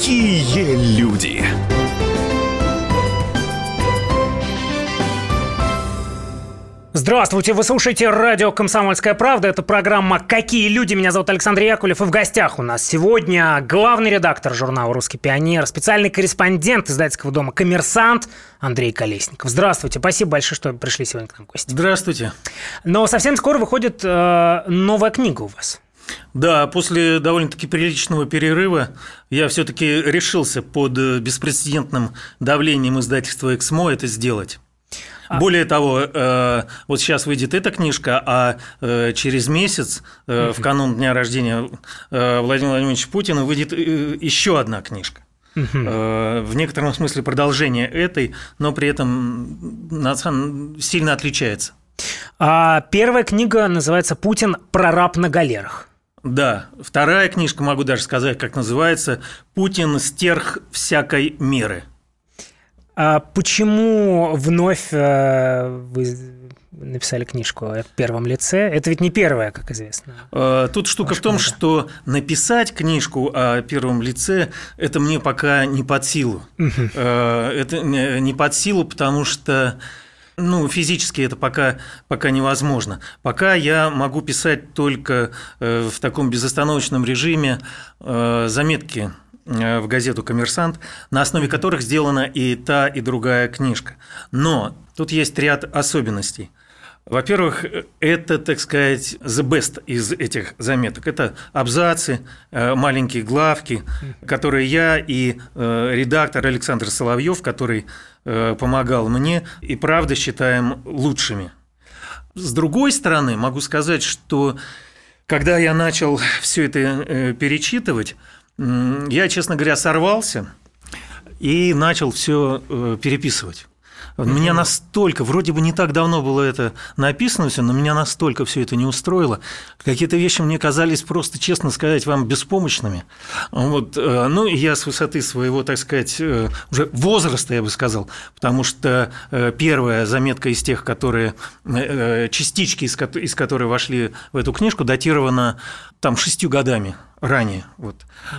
Какие люди! Здравствуйте, вы слушаете радио «Комсомольская правда». Это программа «Какие люди?». Меня зовут Александр Яковлев. И в гостях у нас сегодня главный редактор журнала «Русский пионер», специальный корреспондент издательского дома «Коммерсант» Андрей Колесников. Здравствуйте, спасибо большое, что пришли сегодня к нам в гости. Здравствуйте. Но совсем скоро выходит новая книга у вас. Да, после довольно-таки приличного перерыва я все-таки решился под беспрецедентным давлением издательства «Эксмо» это сделать. Более того, вот сейчас выйдет эта книжка, а через месяц, в канун дня рождения Владимира Владимировича Путина, выйдет еще одна книжка. В некотором смысле продолжение этой, но при этом сильно отличается. Первая книга называется «Путин. Прораб на галерах». Да, вторая книжка, могу даже сказать, как называется, «Путин. Стерх всякой меры». А почему вновь вы написали книжку в первом лице? Это ведь не первая, как известно. Тут штука в том, что написать книжку о первом лице – это мне пока не под силу. Это не под силу, потому что физически это пока невозможно. Пока я могу писать только в таком безостановочном режиме заметки в газету «Коммерсант», на основе которых сделана и та, и другая книжка. Но тут есть ряд особенностей. Во-первых, это, так сказать, the best из этих заметок. Это абзацы, маленькие главки, которые я и редактор Александр Соловьев, который помогал мне, и правда считаем лучшими. С другой стороны, могу сказать, что когда я начал все это перечитывать, я, честно говоря, сорвался и начал все переписывать. Меня настолько, вроде бы не так давно было это написано все, но меня настолько все это не устроило. Какие-то вещи мне казались просто, честно сказать, вам беспомощными. Вот. Ну, и я с высоты своего, так сказать, уже возраста, я бы сказал, потому что первая заметка из тех, которые, частички из которой вошли в эту книжку, датирована там 6 годами ранее. Вот.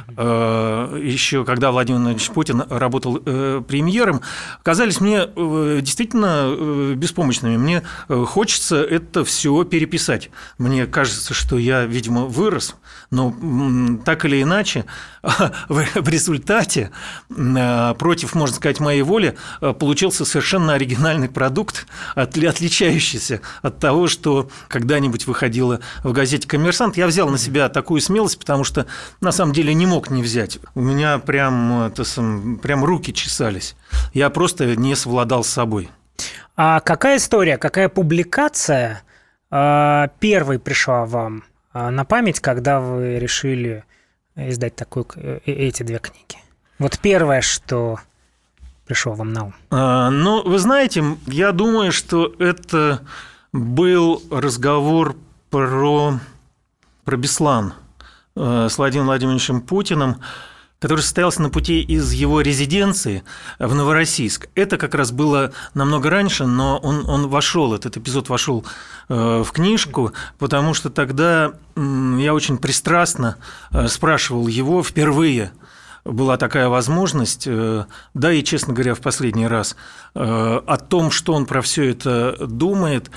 Еще когда Владимир Владимирович Путин работал премьером, казались мне действительно беспомощными. Мне хочется это все переписать. Мне кажется, что я, видимо, вырос, но так или иначе в результате против, можно сказать, моей воли получился совершенно оригинальный продукт, отличающийся от того, что когда-нибудь выходило в газете «Коммерсант». Я взял на себя такую смелость, потому что на самом деле не мог не взять. У меня прям руки чесались. Я просто не совладал с собой. А какая история, какая публикация первой пришла вам на память, когда вы решили издать эти две книги? Вот первое, что пришло вам на ум. Вы знаете, я думаю, что это был разговор про Беслан с Владимиром Владимировичем Путиным, который состоялся на пути из его резиденции в Новороссийск. Это как раз было намного раньше, но он вошел, этот эпизод вошел в книжку, потому что тогда я очень пристрастно спрашивал его впервые. Была такая возможность, да и, честно говоря, в последний раз, о том, что он про все это думает.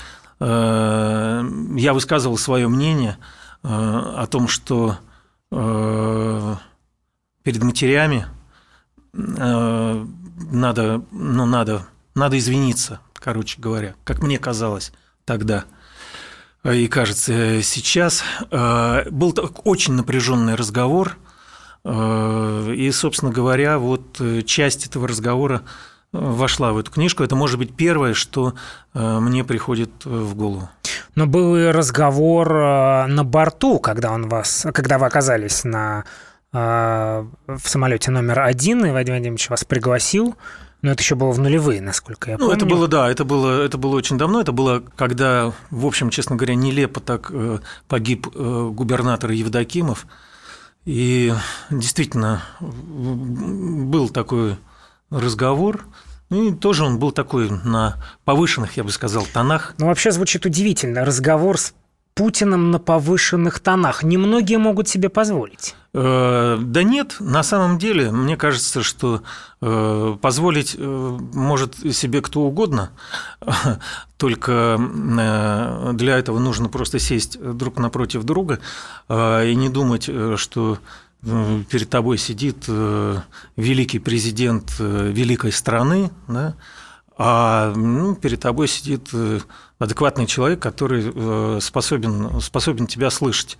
Я высказывал свое мнение о том, что перед матерями надо извиниться, короче говоря, как мне казалось тогда и кажется сейчас. Был очень напряженный разговор, и, собственно говоря, вот часть этого разговора вошла в эту книжку. Это может быть первое, что мне приходит в голову. Но был и разговор на борту, когда вы оказались в самолете номер 1, и Владимир Владимирович вас пригласил. Но это еще было в нулевые, насколько я помню. Это было очень давно. Это было, когда, в общем, честно говоря, нелепо так погиб губернатор Евдокимов. И действительно был такой разговор. И тоже он был такой на повышенных, я бы сказал, тонах. Вообще звучит удивительно. Разговор с Путиным на повышенных тонах немногие могут себе позволить. Да нет, на самом деле, мне кажется, что позволить может себе кто угодно, только для этого нужно просто сесть друг напротив друга и не думать, что перед тобой сидит великий президент великой страны, да, а перед тобой сидит адекватный человек, который способен тебя слышать.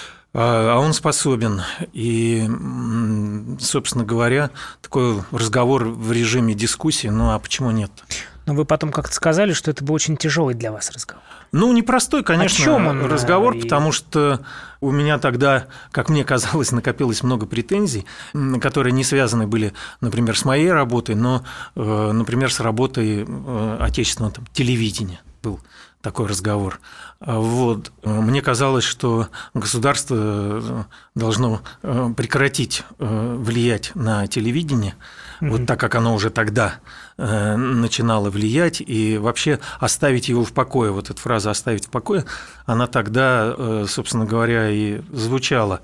А он способен. И, собственно говоря, такой разговор в режиме дискуссии, а почему нет? Но вы потом как-то сказали, что это был очень тяжелый для вас разговор. Непростой, конечно, разговор, потому что у меня тогда, как мне казалось, накопилось много претензий, которые не связаны были, например, с моей работой, но, например, с работой отечественного телевидения был такой разговор. Вот. Мне казалось, что государство должно прекратить влиять на телевидение, вот так как оно уже тогда начинало влиять, и вообще оставить его в покое. Вот эта фраза «оставить в покое», она тогда, собственно говоря, и звучала.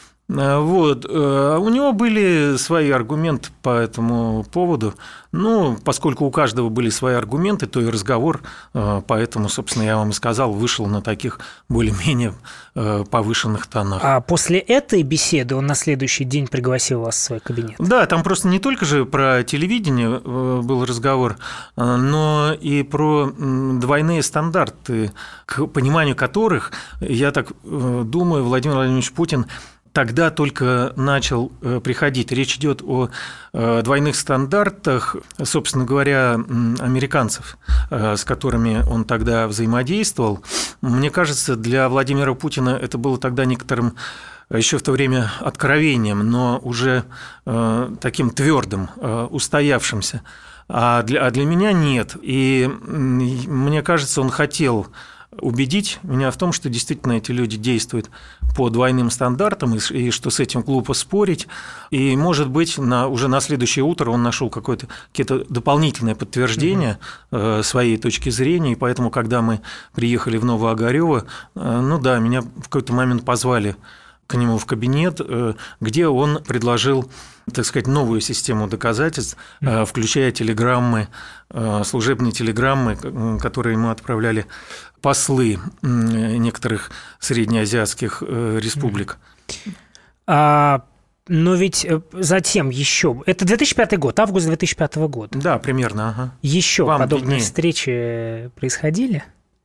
Вот. У него были свои аргументы по этому поводу. Поскольку у каждого были свои аргументы, то и разговор, поэтому, собственно, я вам и сказал, вышел на таких более-менее повышенных тонах. А после этой беседы он на следующий день пригласил вас в свой кабинет? Да, там просто не только же про телевидение был разговор, но и про двойные стандарты, к пониманию которых, я так думаю, Владимир Владимирович Путин тогда только начал приходить. Речь идет о двойных стандартах, собственно говоря, американцев, с которыми он тогда взаимодействовал. Мне кажется, для Владимира Путина это было тогда некоторым еще в то время откровением, но уже таким твердым, устоявшимся. А для меня нет. И мне кажется, он хотел убедить меня в том, что действительно эти люди действуют по двойным стандартам, и что с этим глупо спорить. И, может быть, уже на следующее утро он нашел какие-то дополнительные подтверждения своей точки зрения, и поэтому, когда мы приехали в Новоогарёво, меня в какой-то момент позвали к нему в кабинет, где он предложил, так сказать, новую систему доказательств, включая телеграммы, служебные телеграммы, которые ему отправляли послы некоторых среднеазиатских республик. Но ведь затем еще... Это 2005 год, август 2005 года. Да, примерно. Ага. Еще подобные встречи происходили?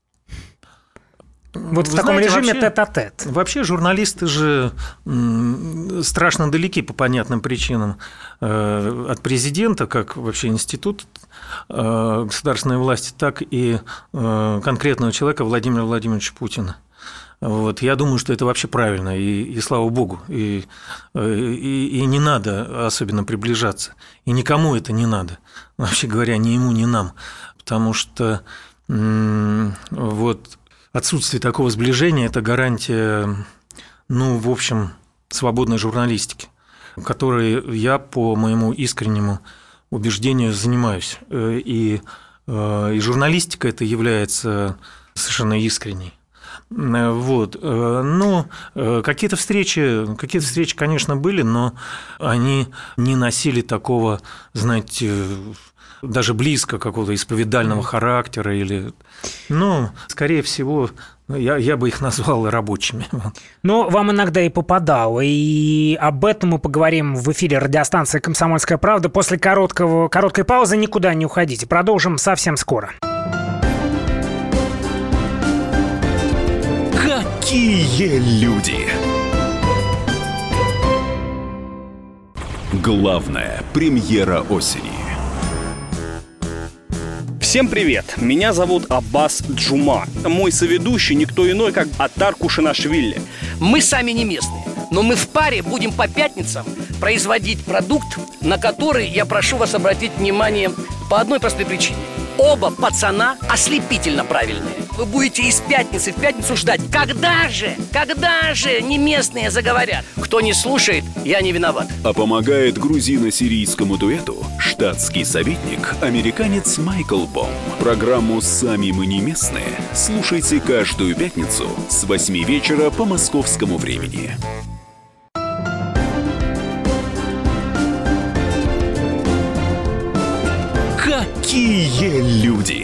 Вот в таком режиме тет-а-тет. Вообще журналисты же страшно далеки по понятным причинам от президента, как вообще институт государственной власти, так и конкретного человека Владимира Владимировича Путина. Вот. Я думаю, что это вообще правильно, и слава богу, и не надо особенно приближаться, и никому это не надо, вообще говоря, ни ему, ни нам, потому что отсутствие такого сближения – это гарантия, в общем, свободной журналистики, которой я, по моему искреннему убеждению, занимаюсь. И журналистика это является совершенно искренней. Вот. Какие-то встречи, конечно, были, но они не носили такого, знаете, даже близко какого-то исповедального характера или, скорее всего, я бы их назвал рабочими. Но вам иногда и попадало, и об этом мы поговорим в эфире радиостанции «Комсомольская правда». После короткой паузы никуда не уходите. Продолжим совсем скоро. Какие люди! Главная премьера осени. Всем привет! Меня зовут Аббас Джума. Мой соведущий никто иной, как Атар Кушанашвили. Мы сами не местные, но мы в паре будем по пятницам производить продукт, на который я прошу вас обратить внимание по одной простой причине. Оба пацана ослепительно правильные. вы будете из пятницы в пятницу ждать. Когда же не местные заговорят? Кто не слушает, я не виноват. А помогает грузино-сирийскому дуэту штатский советник, американец Майкл Бом. Программу «Сами мы не местные» слушайте каждую пятницу с 8 вечера по московскому времени. Какие люди!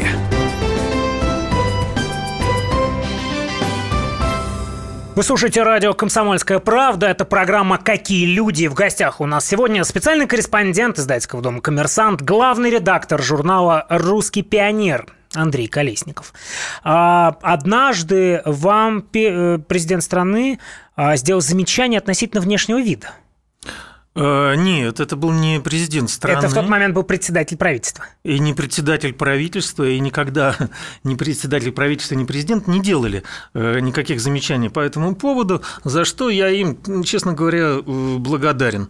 Вы слушаете радио «Комсомольская правда». Это программа «Какие люди?». В гостях у нас сегодня специальный корреспондент издательского дома «Коммерсант», главный редактор журнала «Русский пионер» Андрей Колесников. Однажды вам президент страны сделал замечание относительно внешнего вида. Нет, это был не президент страны. Это в тот момент был председатель правительства. И не председатель правительства, и никогда ни председатель правительства, ни президент не делали никаких замечаний по этому поводу, за что я им, честно говоря, благодарен.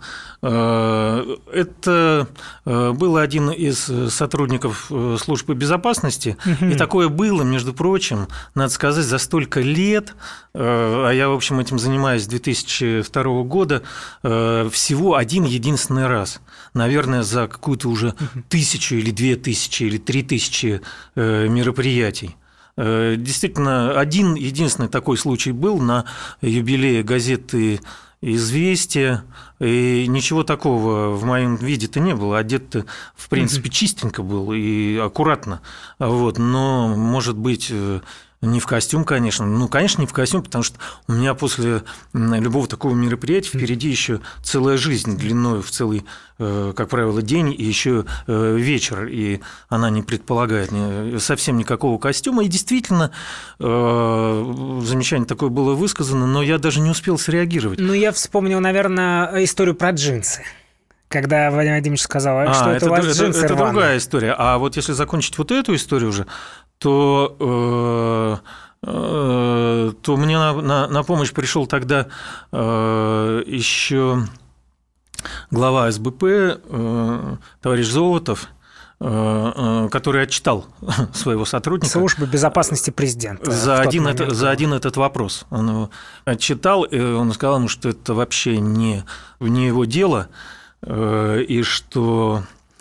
Это был один из сотрудников службы безопасности, и такое было, между прочим, надо сказать, за столько лет, а я, в общем, этим занимаюсь с 2002 года, всего один единственный раз, наверное, за какую-то уже 1000 или 2000 или 3000 мероприятий. Действительно, один единственный такой случай был на юбилее газеты «Известия», и ничего такого в моем виде-то не было. Одет-то, в принципе, чистенько был и аккуратно. Вот. Но, может быть, не в костюм, конечно. Ну, конечно, не в костюм, потому что у меня после любого такого мероприятия впереди еще целая жизнь длиной в целый, как правило, день и еще вечер, и она не предполагает совсем никакого костюма. И действительно, замечание такое было высказано, но я даже не успел среагировать. Ну, я вспомнил, наверное, историю про джинсы. Когда Владимир Владимирович сказал, что это у вас джинсы это рваные. другая история. А вот если закончить вот эту историю уже, то мне на помощь пришел тогда еще глава СБП, товарищ Золотов, который отчитал своего сотрудника. Службы безопасности президента. За один этот вопрос. Он его отчитал, и он сказал ему, что это вообще не его дело, и что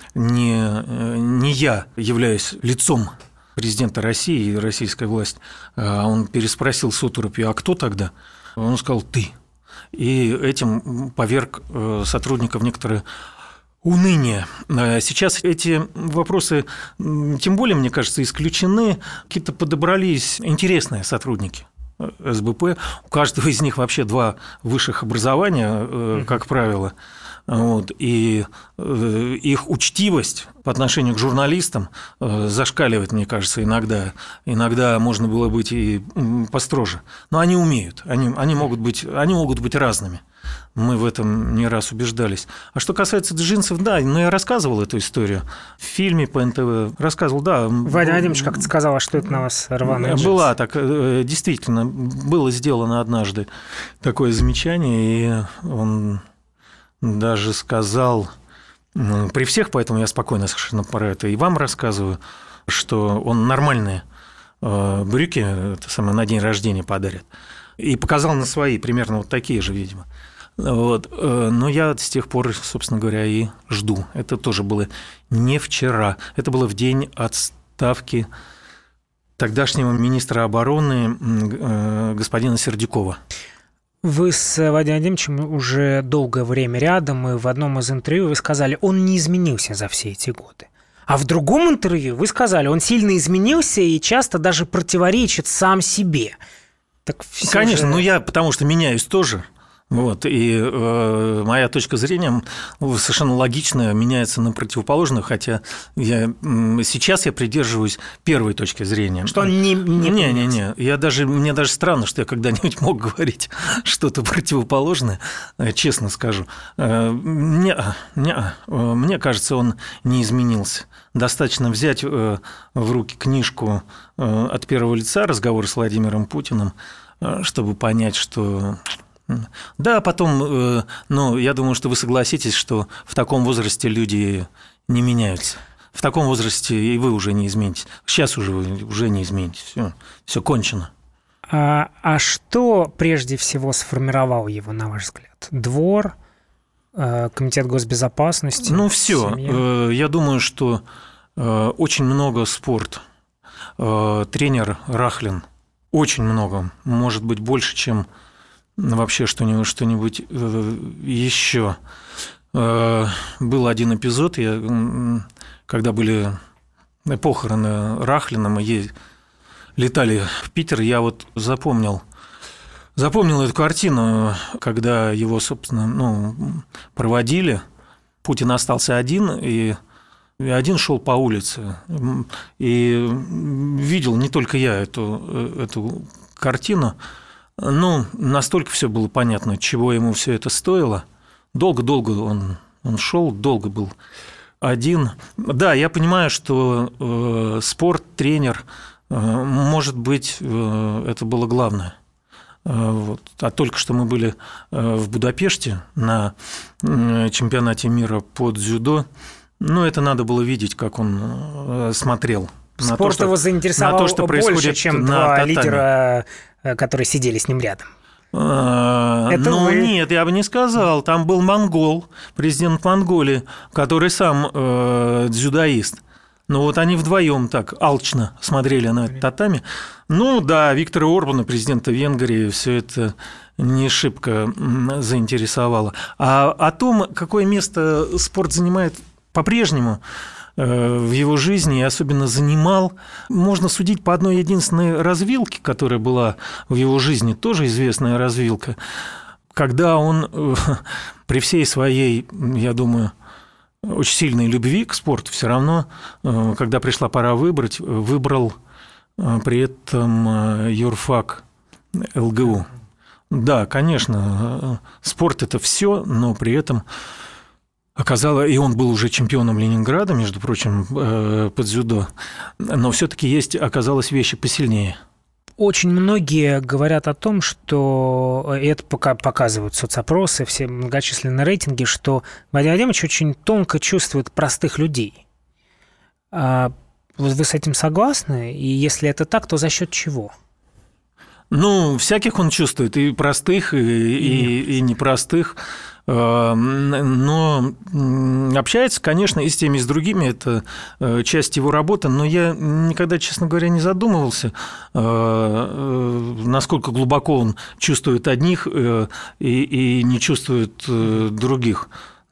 не я являюсь лицом президента России и российской власти. Он переспросил с оторопью: а кто тогда? Он сказал: ты. И этим поверг сотрудника в некоторое уныние. Сейчас эти вопросы, тем более, мне кажется, исключены. Какие-то подобрались интересные сотрудники СБП. У каждого из них вообще 2 высших образования, как правило. Вот, и их учтивость по отношению к журналистам зашкаливает, мне кажется, иногда. Иногда можно было быть и построже. Но они умеют, они могут быть разными. Мы в этом не раз убеждались. А что касается джинсов, да, я рассказывал эту историю. В фильме по НТВ рассказывал, да. Владимир Владимирович как-то сказал, что это на вас рваные джинсы. Была так, действительно, было сделано однажды такое замечание, и он даже сказал при всех, поэтому я спокойно совершенно про это и вам рассказываю, что он нормальные брюки на день рождения подарит. И показал на свои, примерно вот такие же, видимо. Вот. Но я с тех пор, собственно говоря, и жду. Это тоже было не вчера. Это было в день отставки тогдашнего министра обороны господина Сердюкова. Вы с Владимиром Владимировичем уже долгое время рядом, и в одном из интервью вы сказали, он не изменился за все эти годы. А в другом интервью вы сказали, он сильно изменился и часто даже противоречит сам себе. Так конечно, же... потому что меняюсь тоже. Вот, и моя точка зрения совершенно логично меняется на противоположную, хотя сейчас я придерживаюсь первой точки зрения. Что он не мне даже странно, что я когда-нибудь мог говорить что-то противоположное, честно скажу. Мне кажется, он не изменился. Достаточно взять в руки книжку от первого лица «Разговор с Владимиром Путиным», чтобы понять, что... Да, потом, я думаю, что вы согласитесь, что в таком возрасте люди не меняются. В таком возрасте и вы уже не изменитесь. Сейчас уже не изменитесь. Все кончено. А что прежде всего сформировал его, на ваш взгляд? Двор, Комитет госбезопасности? Ну, все. Семья? Я думаю, что очень много спорт. Тренер Рахлин. Очень много. Может быть, больше, чем вообще что-нибудь еще. Был один эпизод, когда были похороны Рахлина, мы летали в Питер, я вот запомнил эту картину, когда его, собственно, проводили. Путин остался один, и один шел по улице. И видел не только я эту картину, настолько все было понятно, чего ему все это стоило. Долго-долго он шел, долго был один. Да, я понимаю, что спорт, тренер, может быть, это было главное. Вот. А только что мы были в Будапеште на чемпионате мира по дзюдо. Это надо было видеть, как он смотрел. Спорт его заинтересовал больше, чем два лидера, которые сидели с ним рядом. Нет, я бы не сказал. Там был монгол, президент Монголии, который сам дзюдоист. Они вдвоем так алчно смотрели на этот татами. Виктора Орбана, президента Венгрии, все это не шибко заинтересовало. А о том, какое место спорт занимает по-прежнему в его жизни, и особенно занимал, можно судить по одной единственной развилке, которая была в его жизни, тоже известная развилка, когда он при всей своей, я думаю, очень сильной любви к спорту, все равно, когда пришла пора выбрать, выбрал при этом юрфак ЛГУ. Да, конечно, спорт – это все, но при этом оказалось, и он был уже чемпионом Ленинграда, между прочим, по дзюдо, но все-таки оказалось вещи посильнее. Очень многие говорят о том, что, и это показывают соцопросы, все многочисленные рейтинги, что Вадим Вадимович очень тонко чувствует простых людей. Вы с этим согласны? И если это так, то за счет чего? Всяких он чувствует, и простых, и непростых. Но общается, конечно, и с теми, и с другими, это часть его работы, но я никогда, честно говоря, не задумывался, насколько глубоко он чувствует одних и не чувствует других.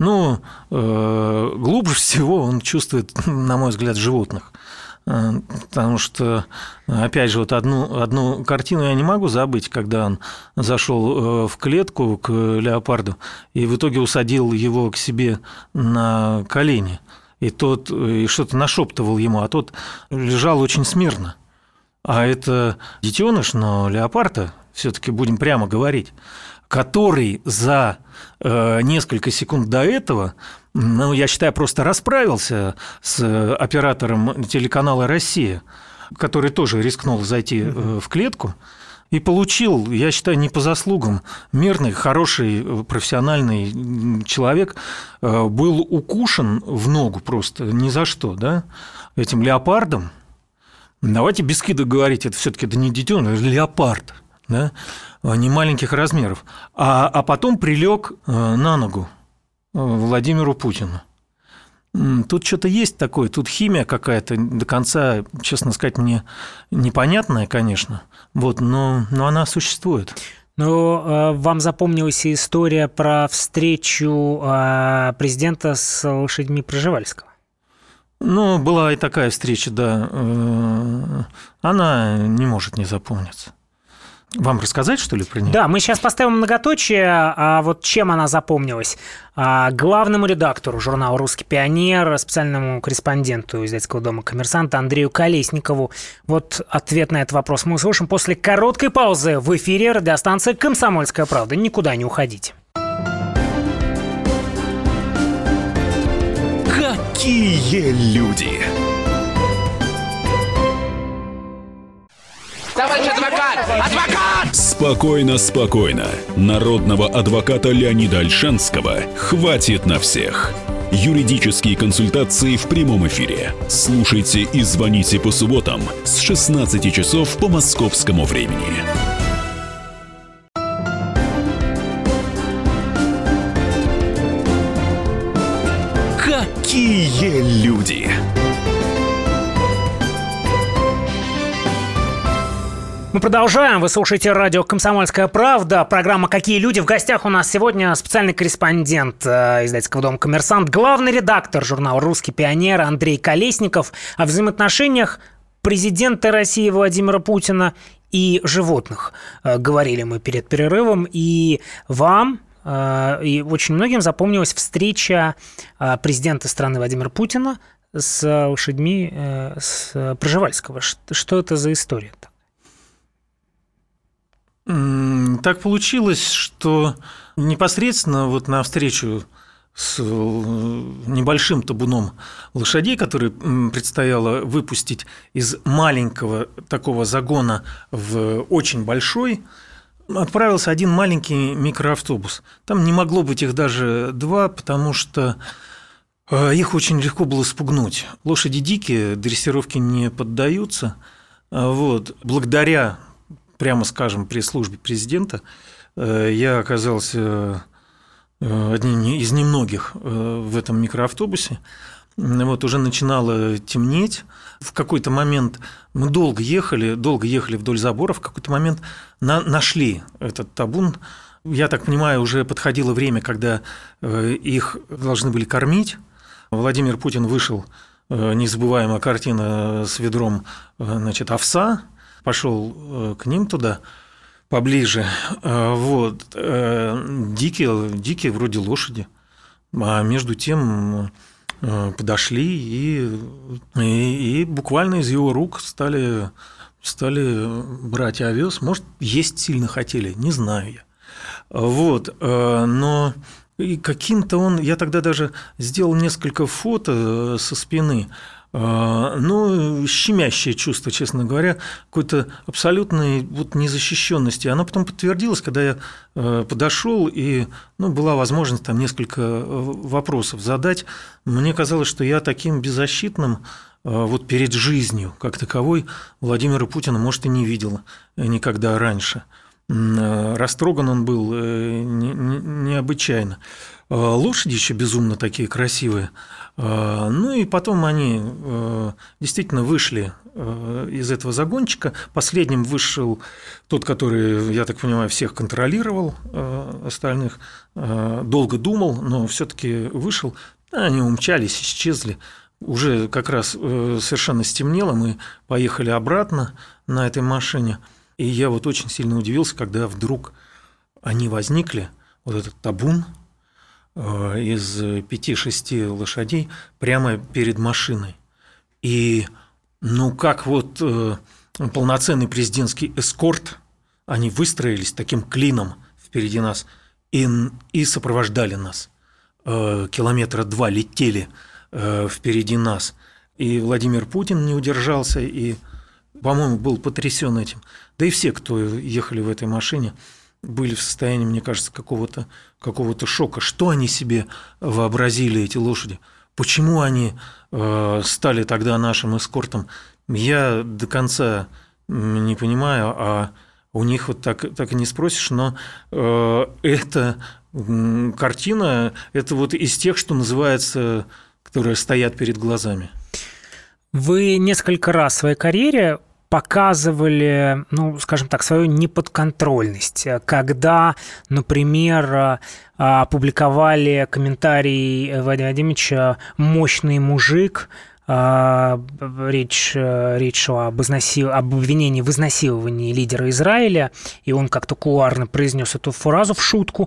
Глубже всего он чувствует, на мой взгляд, животных. Потому что, опять же, одну картину я не могу забыть, когда он зашел в клетку к леопарду и в итоге усадил его к себе на колени. И тот что-то нашептывал ему, а тот лежал очень смирно. А это детеныш, но леопарда, все-таки будем прямо говорить, который за несколько секунд до этого, я считаю, просто расправился с оператором телеканала «Россия», который тоже рискнул зайти в клетку, и получил, я считаю, не по заслугам, мирный, хороший, профессиональный человек, был укушен в ногу просто ни за что, да, этим леопардом. Давайте без скидок говорить, это все-таки не детеныш, это леопард, да, не маленьких размеров, а потом прилег на ногу Владимиру Путину. Тут что-то есть такое, тут химия какая-то до конца, честно сказать, мне непонятная, конечно, но она существует. Вам запомнилась история про встречу президента с лошадьми Пржевальского? Была и такая встреча, да. Она не может не запомниться. Вам рассказать, что ли, про нее? Да, мы сейчас поставим многоточие, а вот чем она запомнилась. Главному редактору журнала «Русский пионер», специальному корреспонденту издательского дома «Коммерсант» Андрею Колесникову. Вот ответ на этот вопрос мы услышим после короткой паузы в эфире радиостанции «Комсомольская правда». Никуда не уходите. Какие люди! Товарищ адвокат! Адвокат! Спокойно, спокойно. Народного адвоката Леонида Ольшанского хватит на всех. Юридические консультации в прямом эфире. Слушайте и звоните по субботам с 16 часов по московскому времени. Какие люди! Мы продолжаем. Вы слушаете радио «Комсомольская правда». Программа «Какие люди?». В гостях у нас сегодня специальный корреспондент издательского дома «Коммерсант», главный редактор журнала «Русский пионер» Андрей Колесников. О взаимоотношениях президента России Владимира Путина и животных говорили мы перед перерывом. И вам, и очень многим запомнилась встреча президента страны Владимира Путина с лошадьми с Пржевальского. Что это за история-то? Так получилось, что непосредственно вот на встречу с небольшим табуном лошадей, который предстояло выпустить из маленького такого загона в очень большой, отправился один маленький микроавтобус. Там не могло быть их даже два, потому что их очень легко было спугнуть. Лошади дикие, дрессировке не поддаются. Вот. Благодаря, прямо скажем, пресс-службе президента, я оказался одним из немногих в этом микроавтобусе. Вот уже начинало темнеть. В какой-то момент мы долго ехали вдоль забора, в какой-то момент нашли этот табун. Я так понимаю, уже подходило время, когда их должны были кормить. Владимир Путин вышел, незабываемая картина с ведром, значит, овса, пошел к ним туда поближе. Вот. Дикие вроде лошади, а между тем подошли и буквально из его рук стали брать овес. Может, есть сильно хотели, не знаю я. Вот. Но каким-то я тогда даже сделал несколько фото со спины. Ну, щемящее чувство, честно говоря, какой-то абсолютной незащищенности. Она потом подтвердилась, когда я подошел, и была возможность там несколько вопросов задать. Мне казалось, что я таким беззащитным перед жизнью, как таковой, Владимира Путина, может, и не видел никогда раньше. Растроган он был необычайно. Лошади еще безумно такие красивые. Ну и потом они действительно вышли из этого загончика. Последним вышел тот, который, я так понимаю, всех контролировал, остальных. Долго думал, но все-таки вышел. Они умчались, исчезли. Уже как раз совершенно стемнело, мы поехали обратно на этой машине. И я очень сильно удивился, когда вдруг они возникли, этот табун из 5-6 лошадей прямо перед машиной. И как полноценный президентский эскорт, они выстроились таким клином впереди нас и сопровождали нас. Километра 2 летели впереди нас. И Владимир Путин не удержался и, по-моему, был потрясен этим. Да и все, кто ехали в этой машине, были в состоянии, мне кажется, какого-то шока. Что они себе вообразили, эти лошади? Почему они стали тогда нашим эскортом? Я до конца не понимаю, а у них так и не спросишь, но эта картина, это из тех, что называется, которые стоят перед глазами. Вы несколько раз в своей карьере показывали, скажем так, свою неподконтрольность, когда, например, опубликовали комментарий Владимира Владимировича «мощный мужик», речь шла об обвинении в изнасиловании лидера Израиля, и он как-то кулуарно произнес эту фразу в шутку.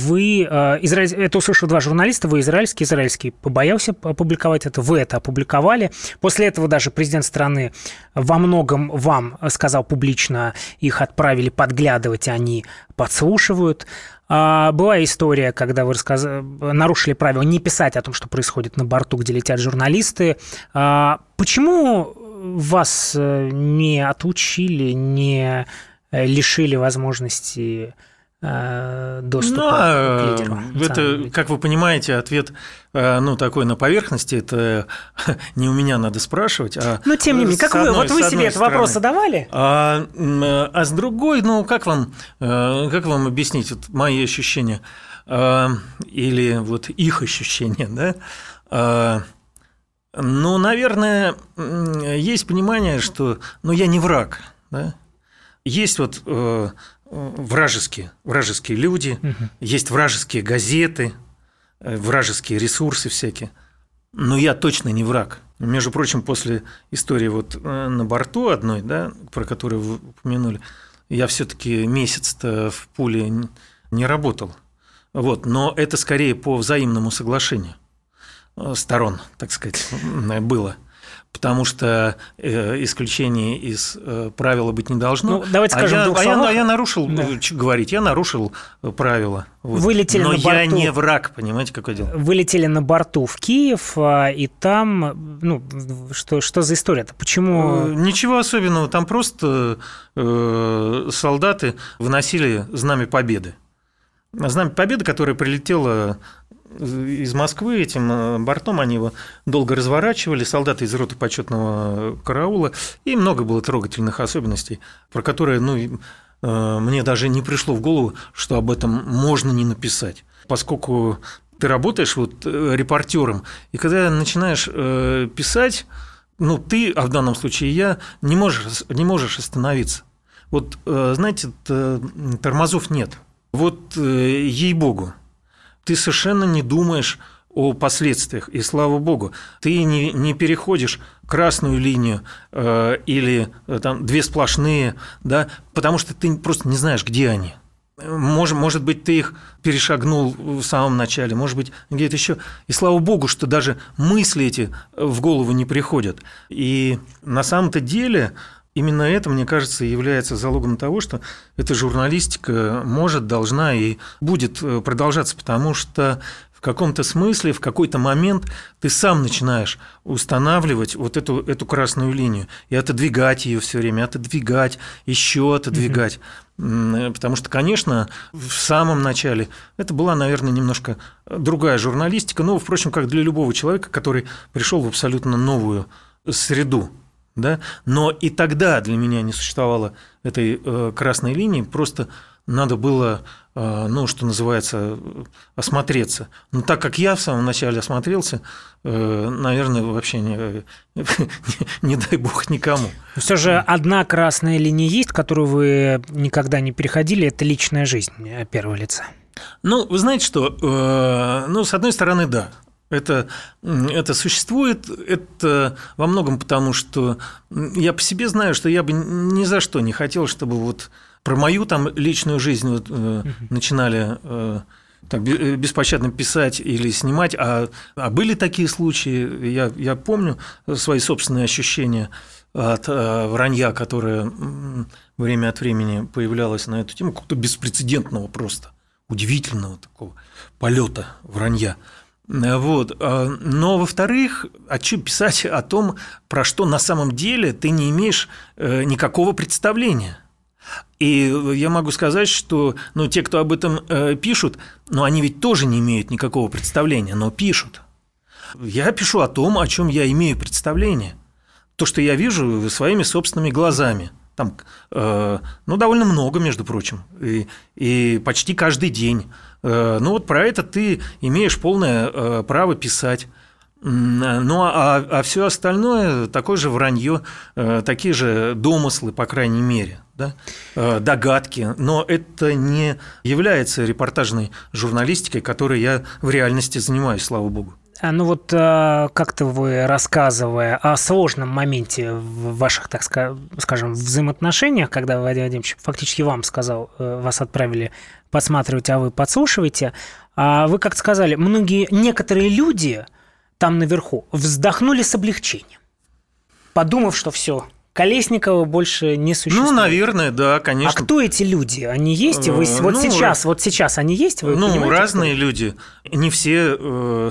Это услышали два журналиста, вы израильский, побоялся опубликовать это, вы это опубликовали. После этого даже президент страны во многом вам сказал публично, их отправили подглядывать, они подслушивают. Была история, когда вы нарушили правила не писать о том, что происходит на борту, где летят журналисты. Почему вас не отлучили, не лишили возможности доступа к лидеру. Это, как вы понимаете, ответ такой на поверхности, это не у меня надо спрашивать. Но тем не менее, как вы себе этот вопрос задавали? А с другой, как вам объяснить мои ощущения или вот их ощущения, да? Наверное, есть понимание, что я не враг, да? Есть вот вражеские люди, есть вражеские газеты, вражеские ресурсы всякие, но я точно не враг. Между прочим, после истории вот на борту одной, да, про которую вы упомянули, я все-таки месяц-то в пуле не работал. Вот, но это скорее по взаимному соглашению сторон, так сказать, было. Потому что исключений из правила быть не должно. Давайте скажем в двух словах. Я нарушил, я нарушил правила. Вот. Вы летели но на борту, я не враг, понимаете, какое дело? Вы летели на борту в Киев, и там, что за история-то? Почему? Ничего особенного, там просто солдаты выносили Знамя Победы. Знамя Победы, которое прилетело из Москвы этим бортом, они его долго разворачивали, солдаты из роты почетного караула, и много было трогательных особенностей, про которые, мне даже не пришло в голову, что об этом можно не написать, поскольку ты работаешь репортером, и когда начинаешь писать, ты, а в данном случае я, не можешь остановиться. Вот, знаете, тормозов нет. Вот, ей-богу. Ты совершенно не думаешь о последствиях, и слава богу, ты не переходишь красную линию или там две сплошные, да, потому что ты просто не знаешь, где они. Может быть, ты их перешагнул в самом начале, может быть, где-то еще. И слава богу, что даже мысли эти в голову не приходят. И на самом-то деле именно это, мне кажется, является залогом того, что эта журналистика может, должна и будет продолжаться, потому что в каком-то смысле, в какой-то момент ты сам начинаешь устанавливать вот эту красную линию и отодвигать ее все время, еще отодвигать. Потому что, конечно, в самом начале это была, наверное, немножко другая журналистика, но, впрочем, как для любого человека, который пришел в абсолютно новую среду. Да? Но и тогда для меня не существовало этой красной линии, просто надо было, что называется, осмотреться. Но так как я в самом начале осмотрелся, наверное, вообще не дай бог никому. Все же одна красная линия есть, которую вы никогда не переходили, это личная жизнь первого лица. Вы знаете что, с одной стороны, да. Это существует, это во многом потому, что я по себе знаю, что я бы ни за что не хотел, чтобы про мою там личную жизнь начинали так беспощадно писать или снимать, а были такие случаи, я помню свои собственные ощущения от вранья, которое время от времени появлялось на эту тему, какого-то беспрецедентного просто, удивительного такого полета вранья. Но, во-вторых, что писать о том, про что на самом деле ты не имеешь никакого представления. И я могу сказать, что те, кто об этом пишут, они ведь тоже не имеют никакого представления, но пишут. Я пишу о том, о чем я имею представление. То, что я вижу своими собственными глазами. Там, довольно много, между прочим, и почти каждый день. Про это ты имеешь полное право писать. А все остальное такое же вранье, такие же домыслы, по крайней мере, да? Догадки. Но это не является репортажной журналистикой, которой я в реальности занимаюсь, слава богу. Как-то вы, рассказывая о сложном моменте в ваших, так скажем, взаимоотношениях, когда Вадим Вадимович фактически вам сказал, вас отправили подсматривать, а вы подслушиваете, вы как-то сказали, некоторые люди там наверху вздохнули с облегчением, подумав, что все, Колесникова больше не существует. Наверное, да, конечно. А кто эти люди? Они есть? Сейчас они есть? Вы понимаете, разные люди. Не все,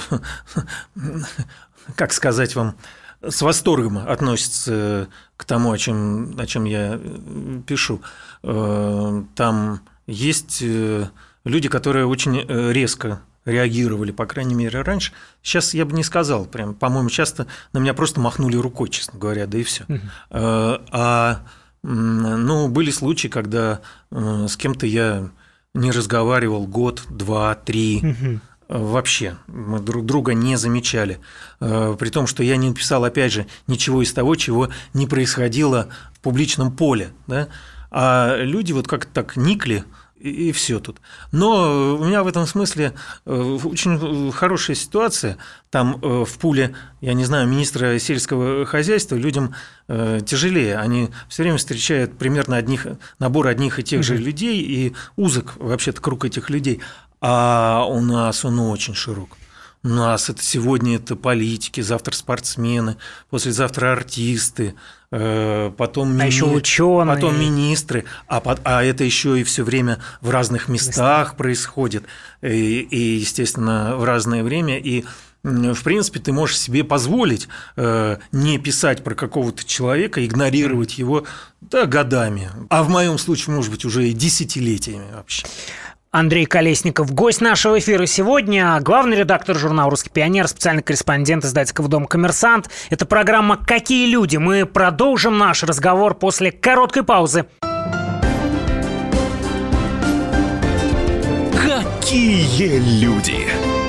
как сказать вам, с восторгом относятся к тому, о чем я пишу. Там есть люди, которые очень резко реагировали, по крайней мере, раньше. Сейчас я бы не сказал, прям, по-моему, часто на меня просто махнули рукой, честно говоря, да и все. Ну, были случаи, когда с кем-то я не разговаривал год, 2, 3, вообще мы друг друга не замечали, при том, что я не написал, опять же, ничего из того, чего не происходило в публичном поле, да? А люди вот как-то так никли, и все тут. Но у меня в этом смысле очень хорошая ситуация. Там в пуле, я не знаю, министра сельского хозяйства людям тяжелее. Они все время встречают примерно набор одних и тех же людей, и узок вообще-то круг этих людей. А у нас он очень широк. У нас сегодня это политики, завтра спортсмены, послезавтра артисты, потом еще ученые, потом министры, а это еще и все время в разных местах происходит, и, естественно, в разное время. И, в принципе, ты можешь себе позволить не писать про какого-то человека, игнорировать его годами, а в моем случае, может быть, уже и десятилетиями вообще. Андрей Колесников, гость нашего эфира сегодня, главный редактор журнала «Русский пионер», специальный корреспондент издательского дома «Коммерсант». Это программа «Какие люди?». Мы продолжим наш разговор после короткой паузы. Какие люди?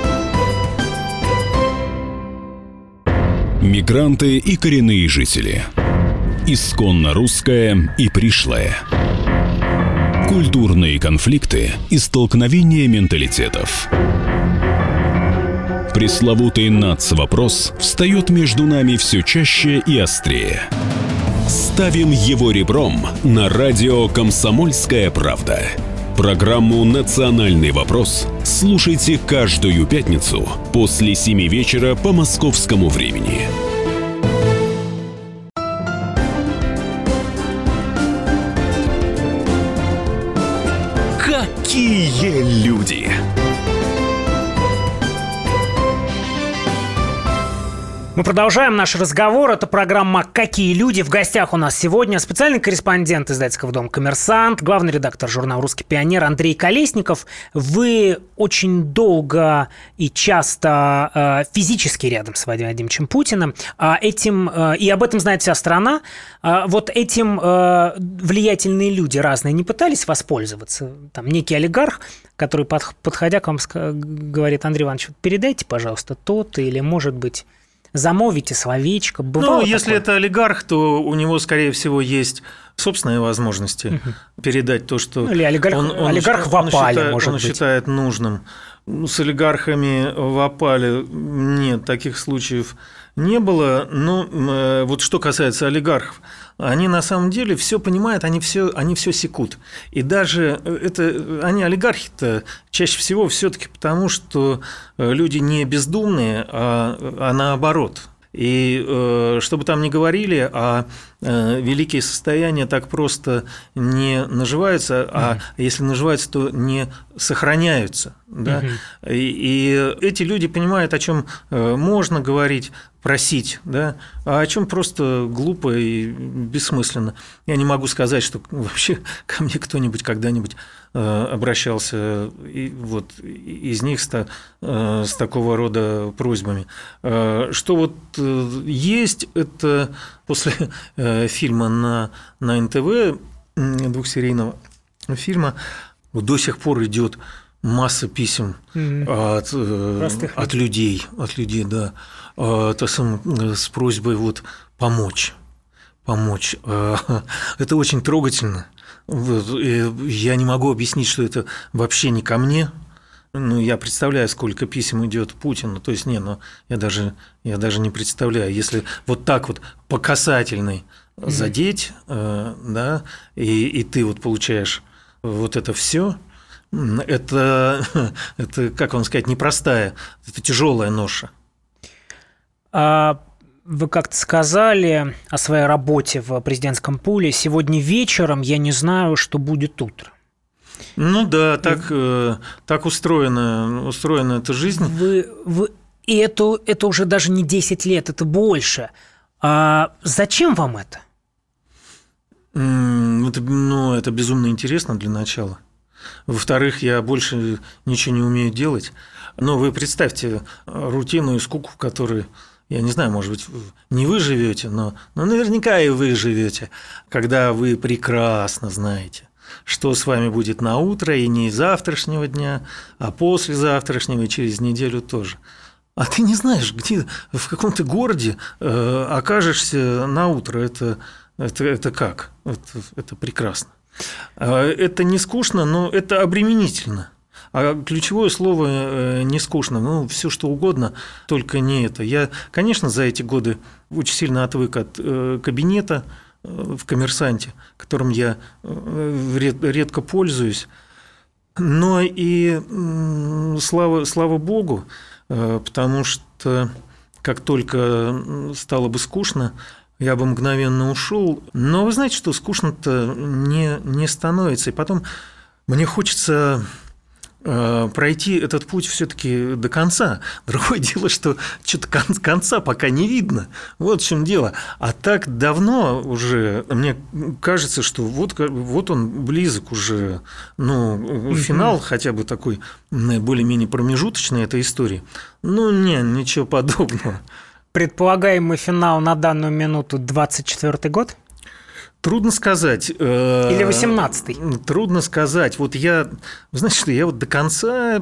Мигранты и коренные жители. Исконно русское и пришлое. Культурные конфликты и столкновения менталитетов. Пресловутый НАЦ-вопрос встает между нами все чаще и острее. Ставим его ребром на радио «Комсомольская правда». Программу «Национальный вопрос» слушайте каждую пятницу после 7 вечера по московскому времени. Какие люди? Мы продолжаем наш разговор. Это программа «Какие люди?». В гостях у нас сегодня специальный корреспондент издательского дома «Коммерсант», главный редактор журнала «Русский пионер» Андрей Колесников. Вы очень долго и часто физически рядом с Владимиром Владимировичем Путиным. И об этом знает вся страна. Вот этим влиятельные люди разные не пытались воспользоваться? Там некий олигарх, который, подходя к вам, говорит: Андрей Иванович, передайте, пожалуйста, тот, или, может быть, замовите словечко. Бывало если такое? это олигарх, то у него, скорее всего, есть собственные возможности передать то, что или олигарх в опале, может быть. Он считает нужным. С олигархами в опале нет, таких случаев не было. Но вот что касается олигархов, они на самом деле все понимают, они все секут. И даже они олигархи-то чаще всего все-таки потому, что люди не бездумные, а наоборот. И что бы там ни говорили, великие состояния так просто не наживаются, а если наживаются, то не сохраняются. Да? И эти люди понимают, о чем можно говорить, просить, да, а о чем просто глупо и бессмысленно. Я не могу сказать, что вообще ко мне кто-нибудь когда-нибудь обращался из них с такого рода просьбами. Что вот есть, это после фильма на НТВ, двухсерийного фильма, до сих пор идет масса писем от людей, да, с просьбой помочь. Это очень трогательно. Я не могу объяснить, что это вообще не ко мне. Я представляю, сколько писем идет Путину. То есть, я даже не представляю, если вот так вот по касательной задеть, да, и ты вот получаешь вот это все. Это, как вам сказать, непростая, это тяжелая ноша. Вы как-то сказали о своей работе в президентском пуле: сегодня вечером я не знаю, что будет утром. Да, так устроена эта жизнь. И это уже даже не 10 лет, это больше. Зачем вам это? Это безумно интересно для начала. Во-вторых, я больше ничего не умею делать. Но вы представьте рутину и скуку, в которой, я не знаю, может быть, не вы живете, но наверняка и вы живете, когда вы прекрасно знаете, что с вами будет на утро, и не завтрашнего дня, а послезавтрашнего, и через неделю тоже. А ты не знаешь, где, в каком ты городе окажешься на утро. Это как? Это прекрасно. Это не скучно, но это обременительно. А ключевое слово не скучно. Ну, все что угодно, только не это. Я, конечно, за эти годы очень сильно отвык от кабинета в «Коммерсанте», которым я редко пользуюсь. Но и слава богу, потому что как только стало бы скучно, я бы мгновенно ушел. Но вы знаете, что скучно-то не становится. И потом мне хочется пройти этот путь все-таки до конца. Другое дело, что что-то конца пока не видно. Вот в чем дело. А так давно уже, мне кажется, что вот он близок уже, финал хотя бы такой более-менее промежуточной этой истории. Ничего подобного. Предполагаемый финал на данную минуту 24-й год? Трудно сказать. Или 18-й? Трудно сказать. Вот вы знаете, что я вот до конца,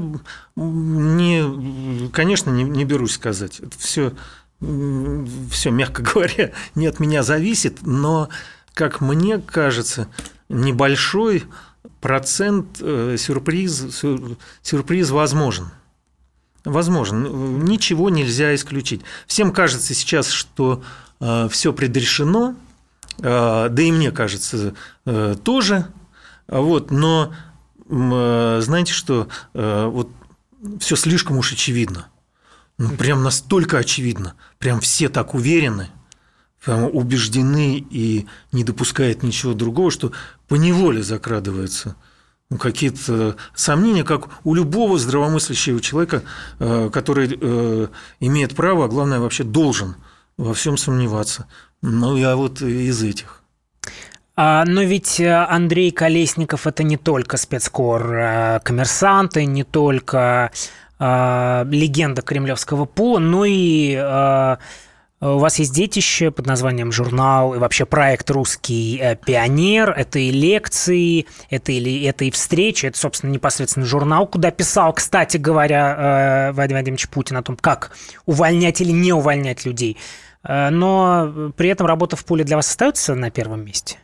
конечно, не берусь сказать. Это все, мягко говоря, не от меня зависит, но, как мне кажется, небольшой процент сюрприз возможен. Возможно. Ничего нельзя исключить. Всем кажется сейчас, что все предрешено, да и мне кажется тоже, но знаете что, вот все слишком уж очевидно, прям настолько очевидно, прям все так уверены, прям убеждены и не допускают ничего другого, что поневоле закрадываются какие-то сомнения, как у любого здравомыслящего человека, который имеет право, а главное вообще должен во всем сомневаться. Я вот из этих. Но ведь Андрей Колесников – это не только спецкор «Коммерсанта», не только легенда кремлевского пула, но и у вас есть детище под названием «Журнал» и вообще проект «Русский пионер». Это и лекции, это и встречи, это, собственно, непосредственно журнал, куда писал, кстати говоря, Владимир Владимирович Путин о том, как увольнять или не увольнять людей. Но при этом работа в «Пуле» для вас остается на первом месте?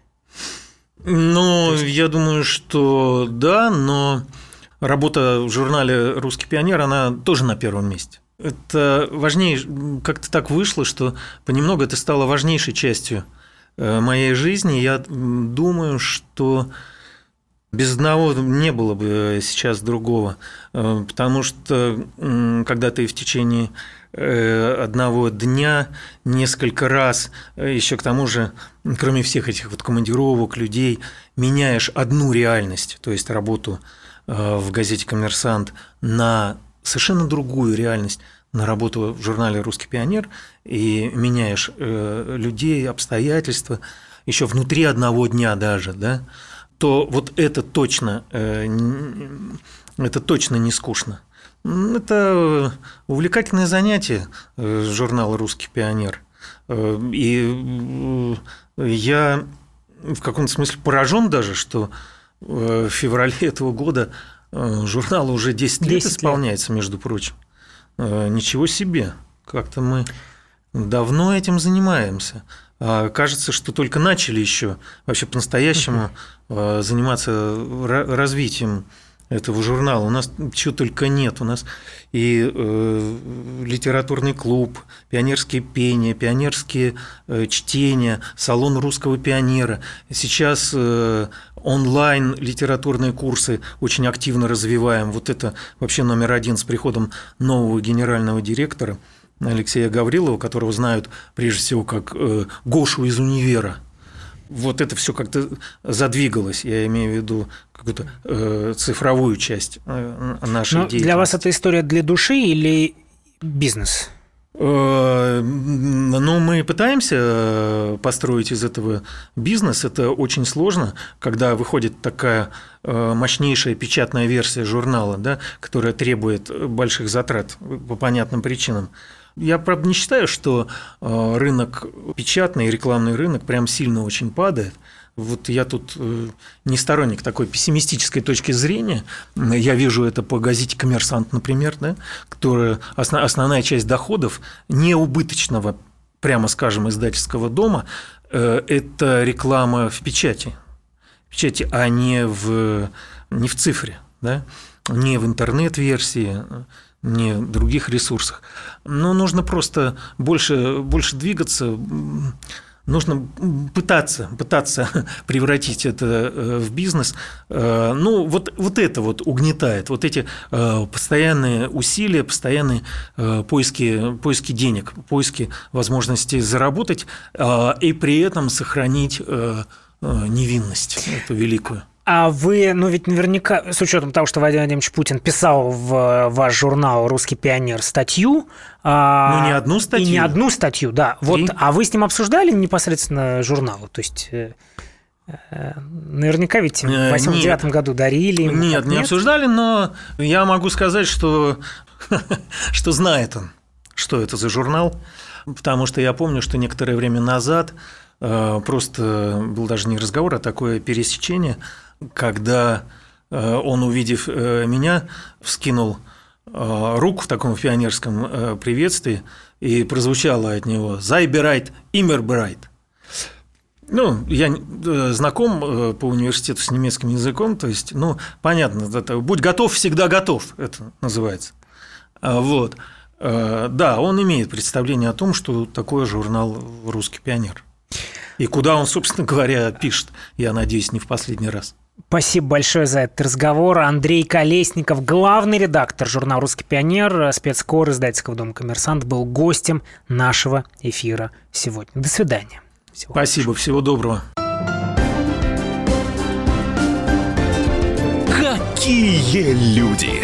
Я думаю, что да, но работа в журнале «Русский пионер», она тоже на первом месте. Это важнее, как-то так вышло, что понемногу это стало важнейшей частью моей жизни. Я думаю, что без одного не было бы сейчас другого, потому что когда ты в течение одного дня несколько раз, еще к тому же, кроме всех этих вот командировок, людей, меняешь одну реальность, то есть работу в газете «Коммерсант» на совершенно другую реальность, на работу в журнале «Русский пионер», и меняешь людей, обстоятельства, еще внутри одного дня даже, да, то вот это точно не скучно. Это увлекательное занятие журнала «Русский пионер». И я в каком-то смысле поражен даже, что в феврале этого года журналу уже 10 лет исполняется, между прочим. Ничего себе, как-то мы давно этим занимаемся. Кажется, что только начали еще вообще по-настоящему заниматься развитием этого журнала. У нас чего только нет. У нас и литературный клуб, пионерские пения, пионерские чтения, салон русского пионера. Сейчас онлайн литературные курсы очень активно развиваем. Вот это вообще номер один с приходом нового генерального директора Алексея Гаврилова, которого знают прежде всего как Гошу из универа. Вот это все как-то задвигалось, я имею в виду какую-то цифровую часть нашей деятельности. Для вас это история для души или бизнес? Ну, мы пытаемся построить из этого бизнес. Это очень сложно, когда выходит такая мощнейшая печатная версия журнала, да, которая требует больших затрат по понятным причинам. Я, правда, не считаю, что рынок печатный, рекламный рынок прям сильно очень падает. Вот я тут не сторонник такой пессимистической точки зрения. Я вижу это по газете «Коммерсант», например, да, которая основная часть доходов неубыточного, прямо скажем, издательского дома – это реклама в печати, а не в цифре, да, не в интернет-версии, не в других ресурсах. Но нужно просто больше двигаться. Нужно пытаться превратить это в бизнес. Ну, вот это вот угнетает, вот эти постоянные усилия, постоянные поиски денег, поиски возможности заработать и при этом сохранить невинность эту великую. А вы, ну ведь наверняка, с учетом того, что Владимир Владимирович Путин писал в ваш журнал «Русский пионер» статью… Ну, не одну статью. И не одну статью, да. Вот, а вы с ним обсуждали непосредственно журнал? То есть… Наверняка ведь в 2008-2009 году дарили ему. Нет, не обсуждали, но я могу сказать, что знает он, что это за журнал, потому что я помню, что некоторое время назад просто был даже не разговор, а такое пересечение, когда он, увидев меня, вскинул руку в таком пионерском приветствии, и прозвучало от него «Sei bereit, immer bereit». Ну, я знаком по университету с немецким языком, то есть, ну, понятно, это «будь готов, всегда готов» это называется. Вот. Да, он имеет представление о том, что такое журнал «Русский пионер». И куда он, собственно говоря, пишет, я надеюсь, не в последний раз. Спасибо большое за этот разговор. Андрей Колесников, главный редактор журнала «Русский пионер», спецкор издательского дома «Коммерсант», был гостем нашего эфира сегодня. До свидания. Спасибо, всего доброго. Какие люди!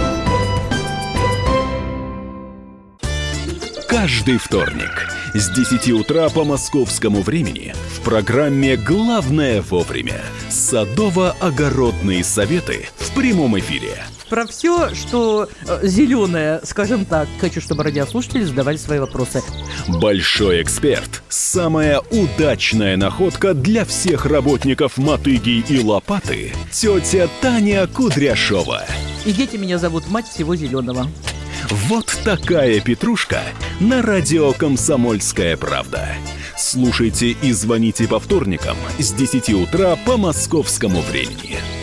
Каждый вторник с 10 утра по московскому времени в программе «Главное вовремя» садово-огородные советы в прямом эфире. Про все, что зеленое, скажем так. Хочу, чтобы радиослушатели задавали свои вопросы. Большой эксперт. Самая удачная находка для всех работников мотыги и лопаты. Тетя Таня Кудряшова. И дети меня зовут мать всего зеленого. Вот такая петрушка на радио «Комсомольская правда». Слушайте и звоните по вторникам с 10 утра по московскому времени.